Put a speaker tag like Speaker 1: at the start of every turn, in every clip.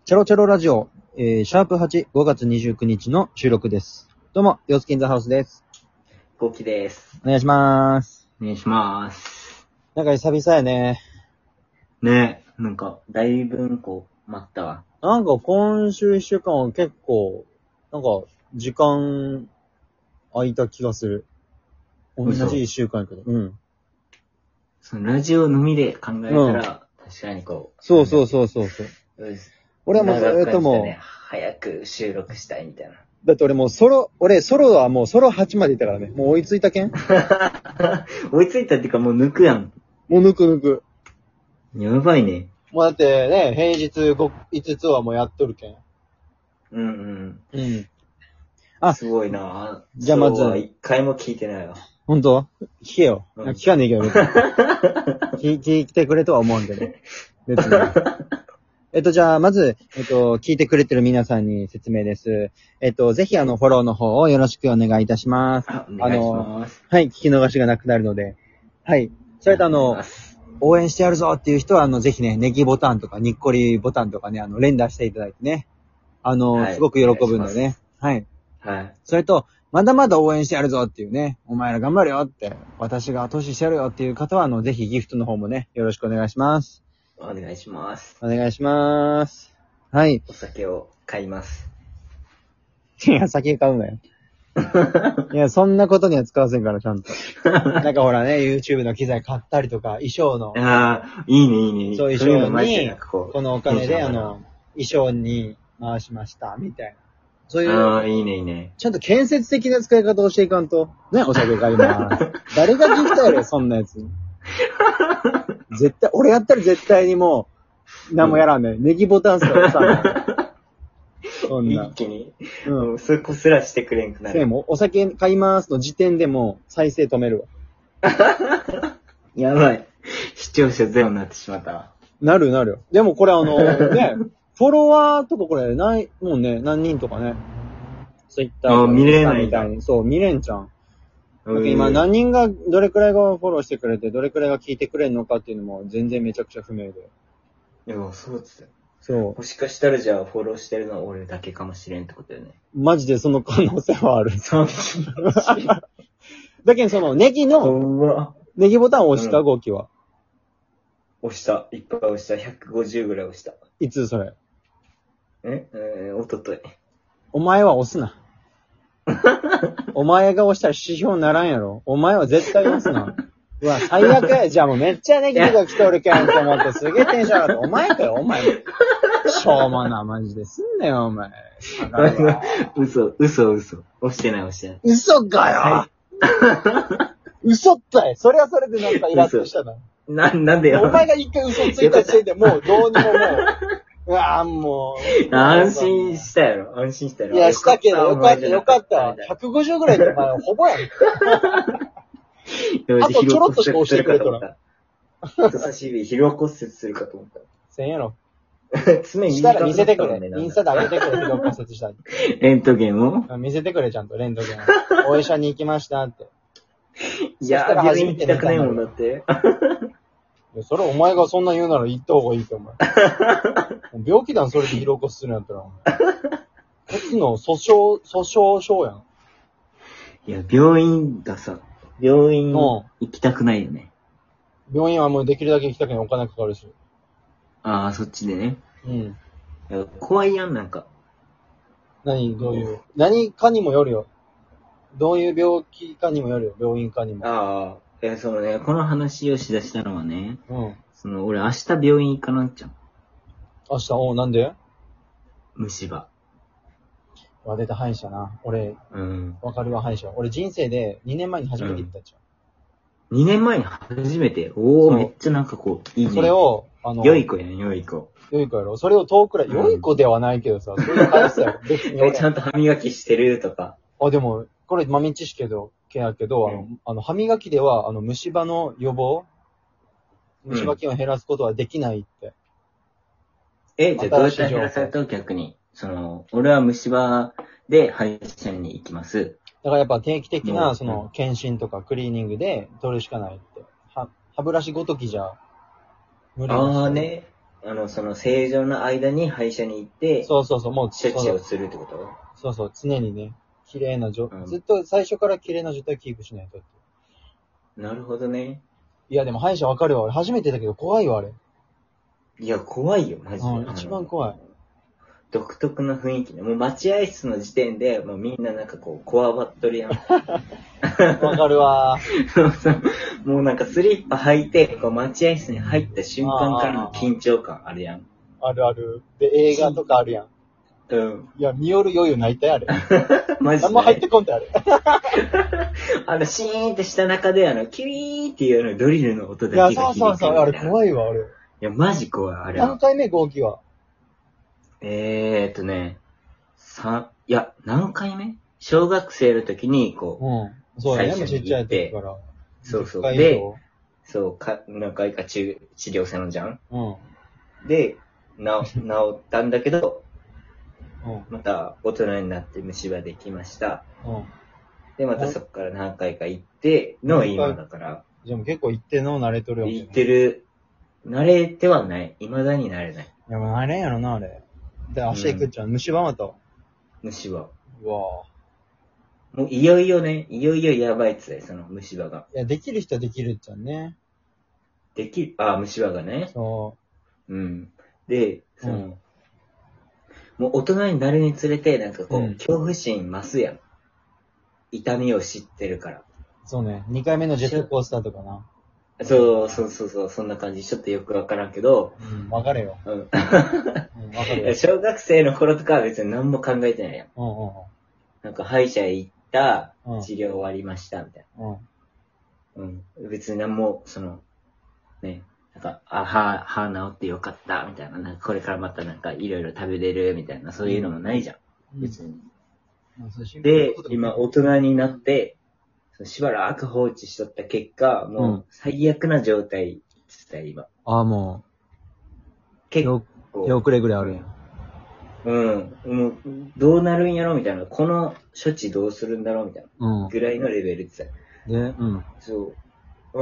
Speaker 1: チャロチャロラジオ、シャープ8、5月29日の収録です。どうも、ヨースキンザハウスです。
Speaker 2: ゴキです。
Speaker 1: お願いします。
Speaker 2: お願いします。
Speaker 1: なんか久々やね。
Speaker 2: ねえ、なんか、だいぶ待ったわ。
Speaker 1: なんか今週1週間は結構、なんか、時間、空いた気がする。同じ1週間やけど。うん。
Speaker 2: そのラジオのみで考えたら、確かに
Speaker 1: そうそうそうそう。俺はもうそれとも、
Speaker 2: 早く収録したいみたいな。
Speaker 1: だって俺もうソロはもうソロ8までいったからね。もう追いついたけん
Speaker 2: 追いついたっていうかもう抜くやん。
Speaker 1: もう抜く。
Speaker 2: やばいね。
Speaker 1: もうだってね、平日5つはもうやっとるけん。
Speaker 2: うん。
Speaker 1: あ、
Speaker 2: すごいな。
Speaker 1: じゃあまず
Speaker 2: 一回も聞いてないわ。
Speaker 1: ほんと聞けよ。
Speaker 2: うん
Speaker 1: 聞かねえけど、聞いてくれとは思うんでね。別に。じゃあ、まず、聞いてくれてる皆さんに説明です。ぜひフォローの方をよろしくお願いいたします。
Speaker 2: お願いします。
Speaker 1: はい、聞き逃しがなくなるので。はい。それと応援してやるぞっていう人は、ぜひね、ネギボタンとか、にっこりボタンとかね、連打していただいてね。すごく喜ぶんでね。はい。
Speaker 2: はい。
Speaker 1: それと、まだまだ応援してやるぞっていうね、お前ら頑張るよって、私が後押ししてやるよっていう方は、ぜひギフトの方もね、よろしくお願いします。
Speaker 2: お願いします。
Speaker 1: お願いします。はい。
Speaker 2: お酒を買います。
Speaker 1: いや、酒買うなよ。いや、そんなことには使わせんから、ちゃんと。なんかほらね、YouTube の機材買ったりとか、衣装の。
Speaker 2: ああ、いいね。
Speaker 1: そう、衣装に、
Speaker 2: こ
Speaker 1: のお金で、衣装に回しました、みたいな。そういう。
Speaker 2: ああ、いいね。
Speaker 1: ちゃんと建設的な使い方をしていかんと。ね、お酒買います。誰がギフトやろ、そんなやつ。絶対、俺やったら絶対にもう、何もやらんね。ネギボタンすら押さない。そんな。
Speaker 2: 一気に。
Speaker 1: うん。
Speaker 2: それこすらしてくれんくなる。
Speaker 1: でも、お酒買いますの時点でもう、再生止めるわ。
Speaker 2: やばい。視聴者ゼロになってしまったわ。
Speaker 1: なるよ。でもこれね、フォロワーとかこれもうね、何人とかね。ツイッター
Speaker 2: 見れない
Speaker 1: みたいに。そう、見れんじゃん。今何人が、どれくらいがフォローしてくれて、どれくらいが聞いてくれるのかっていうのも全然めちゃくちゃ不明で。
Speaker 2: いや、そうですよ。
Speaker 1: そう。
Speaker 2: もしかしたらじゃあフォローしてるのは俺だけかもしれんってことだよね。
Speaker 1: マジでその可能性はある。
Speaker 2: そう。
Speaker 1: だけどそのネギボタンを押した号機は。
Speaker 2: 押した。いっぱい押した。150ぐらい押した。
Speaker 1: いつそれ？
Speaker 2: おととい。
Speaker 1: お前は押すな。お前が押したら指標にならんやろ。お前は絶対押すな。うわ、最悪や。じゃあもうめっちゃネギが来とるけんと思ってすげえテンション上がった。お前かよ、お前。しょうもな、マジですんねよ、お前。
Speaker 2: 嘘。押してない。
Speaker 1: 嘘かよ嘘ったい。それはそれでなんかイラッとしたな。
Speaker 2: なんでよ。
Speaker 1: お前が一回嘘ついた時点でもうどうにももう。うわぁ、もう。
Speaker 2: 安心したやろ。
Speaker 1: いや、したけど、よかった。150ぐらいで、ほぼやん。あとちょろっとしか押してくれとら。
Speaker 2: 人差し指、疲労骨折するかと思った。
Speaker 1: せんやろ。
Speaker 2: 常に
Speaker 1: したら見せてくれ。インスタで上げてくれ、疲労骨折した。
Speaker 2: レントゲンを
Speaker 1: 見せてくれ、ちゃんと、レントゲン。お医者に行きましたって。
Speaker 2: いや、病院行きたくないもんだって。
Speaker 1: それお前がそんな言うなら行った方がいいって、お前。病気団それで疲労骨折するんやったら、お前。こつの訴訟症やん。
Speaker 2: いや、病院行きたくないよね。
Speaker 1: 病院はもうできるだけ行きたくないお金かかるし。
Speaker 2: ああ、そっちでね。
Speaker 1: うん。
Speaker 2: いや、怖いやん、なんか。
Speaker 1: どういう何かにもよるよ。どういう病気かにもよるよ、病院かにも。
Speaker 2: ああ。そのね、この話をしだしたのはね、俺明日病院行かなっちゃう。
Speaker 1: 明日、なんで？
Speaker 2: 虫歯。
Speaker 1: 出た、歯医者な。俺、わかるわ、歯医者。俺人生で2年前に初めて行ったじ
Speaker 2: ゃん。2年前に初めて？めっちゃなんかいいね。
Speaker 1: それを、
Speaker 2: 良い子やん、良い子。
Speaker 1: 良い子やろ。それを遠くらい、良い子ではないけどさ、そういう話だよ。別に。
Speaker 2: ちゃんと歯磨きしてるとか。
Speaker 1: でも、これ豆知識やけど、歯磨きでは、虫歯の予防、虫歯菌を減らすことはできないって。
Speaker 2: じゃあどうやって減らされた逆に。俺は虫歯で歯医者に行きます。
Speaker 1: だからやっぱ定期的な、検診とかクリーニングで取るしかないって。歯ブラシごときじゃ、無理だし。
Speaker 2: ね。 その正常の間に歯医者に行って、
Speaker 1: そうそうそう、もう、
Speaker 2: 処置をするってこと？
Speaker 1: そうそう、常にね、綺麗な
Speaker 2: うん、
Speaker 1: ずっと最初から綺麗な状態をキープしないと。
Speaker 2: なるほどね。
Speaker 1: いや、でも歯医者わかるわ。俺初めてだけど怖いわ、あれ。
Speaker 2: いや、怖いよ、マジで。
Speaker 1: うん、一番怖い。
Speaker 2: 独特な雰囲気で。もう待合室の時点で、もうみんななんかこう、こわばっとるやん。
Speaker 1: わかるわ。
Speaker 2: そうそう。もうなんかスリッパ履いて、こう待合室に入った瞬間からの緊張感あるやん。
Speaker 1: あるある。で、映画とかあるやん。
Speaker 2: うん。
Speaker 1: いや、見よる余裕ないったや、あれ。
Speaker 2: マジで。
Speaker 1: 何も入ってこんて、あれ。
Speaker 2: シーンってした中で、キュイーっていうドリルの音だけが響く。
Speaker 1: いや、そうそうそう、あれ怖いわ、あれ。い
Speaker 2: や、マジ怖い、あれは。
Speaker 1: 何回目、号機は。
Speaker 2: 何回目？小学生の時に、こう、
Speaker 1: うん。そうだね、もうちっちゃい時から。
Speaker 2: そうそう。で、何回か治療せんじゃん。
Speaker 1: うん。
Speaker 2: で、治ったんだけど、
Speaker 1: うん。
Speaker 2: また大人になって虫歯できました。
Speaker 1: うん。
Speaker 2: で、またそこから何回か行っての今だから。
Speaker 1: じゃあもう結構行っての慣れとるよね。
Speaker 2: 行ってる。慣れてはない。未だに慣れない。
Speaker 1: いや、もう慣れんやろな、あれ。で、足行くっちゃう。虫歯また。
Speaker 2: 虫歯。
Speaker 1: うわ
Speaker 2: もういよいよやばいっつって、その虫歯が。
Speaker 1: いや、できる人はできるっちゃね。
Speaker 2: 虫歯がね。
Speaker 1: そ
Speaker 2: う。うん。で、もう大人になるにつれて、なんかこう、恐怖心増すやん。痛みを知ってるから。
Speaker 1: そうね。2回目のジェットコースターとかな。
Speaker 2: そう、そんな感じ。ちょっとよくわからんけど。
Speaker 1: うん、わかれよ。
Speaker 2: うん。
Speaker 1: わかるよ。
Speaker 2: 小学生の頃とかは別に何も考えてないやん。なんか歯医者へ行った、治療終わりました、みたいな。うん。別に何も、ね、なんか、歯治ってよかった、みたいな。なんかこれからまたなんかいろいろ食べれる、みたいな。そういうのもないじゃん。別に。で、今大人になって、しばらく放置しとった結果、もう最悪な状態ですね、今。
Speaker 1: ああ、も
Speaker 2: う。結構。
Speaker 1: 手遅れぐらいあるやん。
Speaker 2: うん。もう、どうなるんやろみたいな。この処置どうするんだろうみたいな。ぐらいのレベルって
Speaker 1: で、
Speaker 2: そう。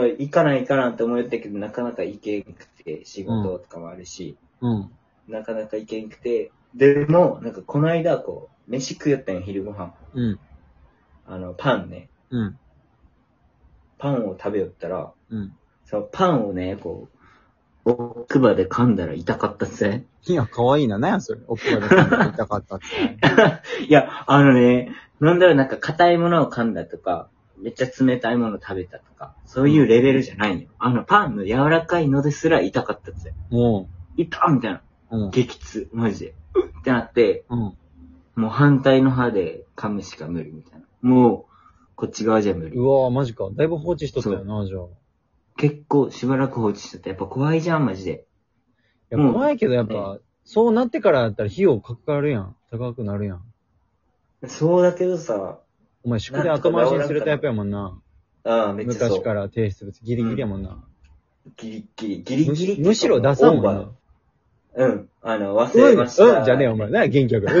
Speaker 2: 行かないかなって思ったけど、なかなか行けんくて、仕事とかもあるし。なかなか行けんくて。でも、なんかこの間、こう、飯食いよったんよ、昼ご飯。パンね。パンを食べよったら、そのパンをね、こう、奥歯で噛んだら痛かったっすね。
Speaker 1: いや、かわいいな。何やそれ。奥歯で噛んだら痛かったっすね。
Speaker 2: いや、なんだろう、なんか硬いものを噛んだとか、めっちゃ冷たいもの食べたとか、そういうレベルじゃないよ。パンの柔らかいのですら痛かったっすよ。痛っみたいな。激痛、マジで。ってなって、もう反対の歯で噛むしか無理みたいな。もう、こっち側じゃ無理。
Speaker 1: うわぁ、マジか。だいぶ放置しとったよな、じゃあ。
Speaker 2: 結構しばらく放置しとった。やっぱ怖いじゃん、マジで。
Speaker 1: いや、怖いけどやっぱ、そうなってからだったら費用かかるやん。高くなるやん。
Speaker 2: そうだけどさ。
Speaker 1: お前宿題後回しにするタイプやもんな。
Speaker 2: ああ、めっちゃそう。
Speaker 1: 昔から提出物ギリギリやもんな。
Speaker 2: ギリギリ。
Speaker 1: むしろ出さんもんな。
Speaker 2: 忘れました。
Speaker 1: じゃねえお前。な、元気やから。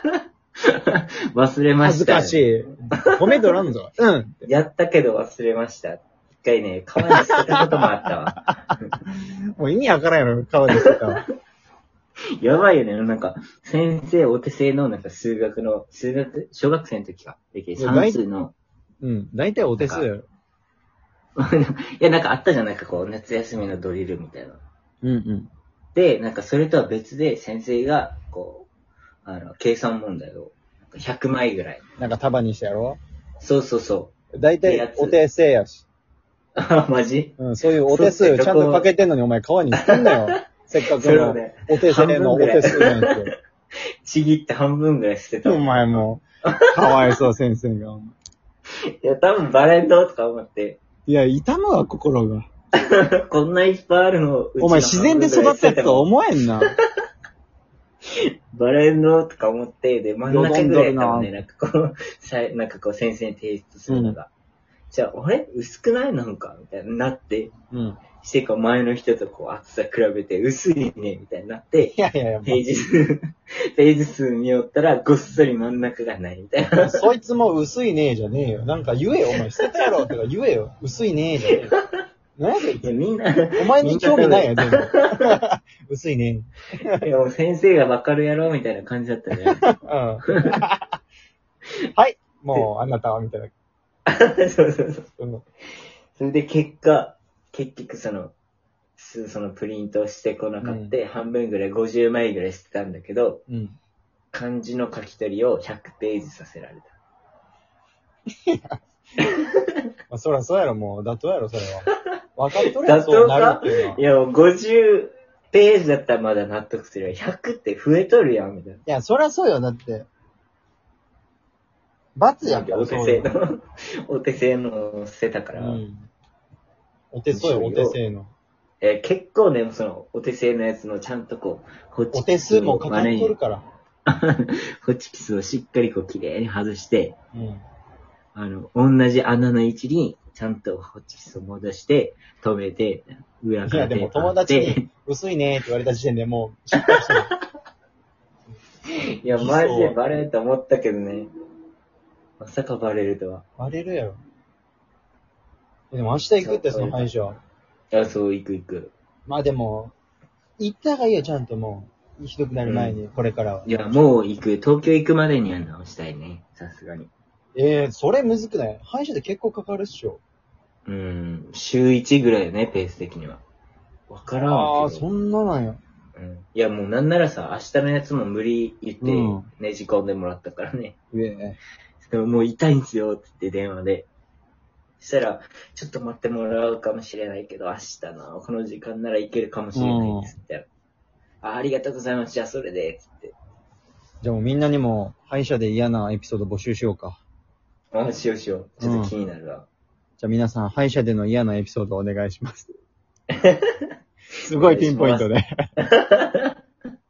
Speaker 2: 忘れました。
Speaker 1: 恥ずかしい。褒めとらんぞ。
Speaker 2: やったけど忘れました。一回ね、川に捨てたこともあったわ。
Speaker 1: もう意味わからんやろ、川に捨てたわ。
Speaker 2: やばいよね。なんか、先生お手製の、なんか小学生の時か。算数の。
Speaker 1: 大体お手数やろ。
Speaker 2: いや、なんかあったじゃん。なんかこう、夏休みのドリルみたいな。で、なんかそれとは別で先生が、こう、計算問題を、100枚ぐらい。
Speaker 1: なんか束にしてやろ
Speaker 2: そう。
Speaker 1: 大体お手製やし。
Speaker 2: あ、マジ？
Speaker 1: そういうお手数ちゃんとかけてんのにお前川に捨てんなよ。せっかくのお手製のお手数なんやつ。
Speaker 2: ちぎって半分ぐらい捨てた。
Speaker 1: お前もう、かわいそう先生が。
Speaker 2: いや、多分バレんのとか思って。
Speaker 1: いや、痛むわ、心が。
Speaker 2: こんないっぱいあるの。
Speaker 1: お前自然で育ったやつとは思えんな。
Speaker 2: バレんのとか思って、で、真ん中ぐらい多分ね、なんかこう、先生に提出するのが。じゃあ、あれ薄くないなんかみたいになって。してか前の人とこう厚さ比べて薄いね、みたいになって。
Speaker 1: いや。
Speaker 2: ページ数見よったらごっそり真ん中がないみたいな。
Speaker 1: そいつも薄いねえじゃねえよ。なんか言えよ、お前捨てたやろとか言えよ。薄いねえじゃねえよ。 何やそれ
Speaker 2: いや、みんな、
Speaker 1: お前に興味ないやん、全部。薄いね。
Speaker 2: いや、もう先生がわかるやろみたいな感じだったね。
Speaker 1: うん。はい、もう、あなたは、みたいな。
Speaker 2: そうそうそう。
Speaker 1: うん。
Speaker 2: それで結局そのプリントしてこなかった、半分ぐらい50枚ぐらいしてたんだけど、
Speaker 1: うん。
Speaker 2: 漢字の書き取りを100ページさせられた。
Speaker 1: まあ、そらそうやろ、もう、妥当やろ、それは。分かっとるやん、そうなるっていうのは。
Speaker 2: いや、もう50ページだったらまだ納得するよ。100って増えとるやん、みたいな。
Speaker 1: いや、そらそうよ、だって。罰やんか、
Speaker 2: お手製の、お手製の捨てたから。
Speaker 1: うん。お手そうよ、お手製の。
Speaker 2: 結構ね、その、お手製のやつのちゃんとこう、
Speaker 1: お手数もかかっとるから。
Speaker 2: ホチキスをしっかりこう、綺麗に外して、
Speaker 1: うん。
Speaker 2: 同じ穴の位置に、ちゃんとホチキスを戻して、止めて、裏から
Speaker 1: いや、でも友達に薄いねって言われた時点でもう、失敗してる。
Speaker 2: いや、マジでバレると思ったけどね。まさかバレるとは。
Speaker 1: バレるやろ。でも明日行くって、その歯医者。
Speaker 2: いや、そう、行く。
Speaker 1: まあでも、行った方がいいよ、ちゃんともう。ひどくなる前に、これからは。
Speaker 2: いや、もう行く。東京行くまでには直したいね。さすがに。
Speaker 1: それむずくない？歯医者で結構かかるっしょ。
Speaker 2: 週1ぐらいよね、ペース的には。わからんけど。
Speaker 1: ああ、そんななんや。
Speaker 2: いや、もうなんならさ、明日のやつも無理言って、ねじ込んでもらったからね。でももう痛いんすよ、って言って電話で。そしたら、ちょっと待ってもらうかもしれないけど、明日のこの時間なら行けるかもしれないですって。ありがとうございます。じゃあそれで、つって。
Speaker 1: じゃあもうみんなにも歯医者で嫌なエピソード募集しようか。
Speaker 2: しよう。ちょっと気になるわ。
Speaker 1: じゃあ皆さん、歯医者での嫌なエピソードをお願いします。すごいピンポイントで。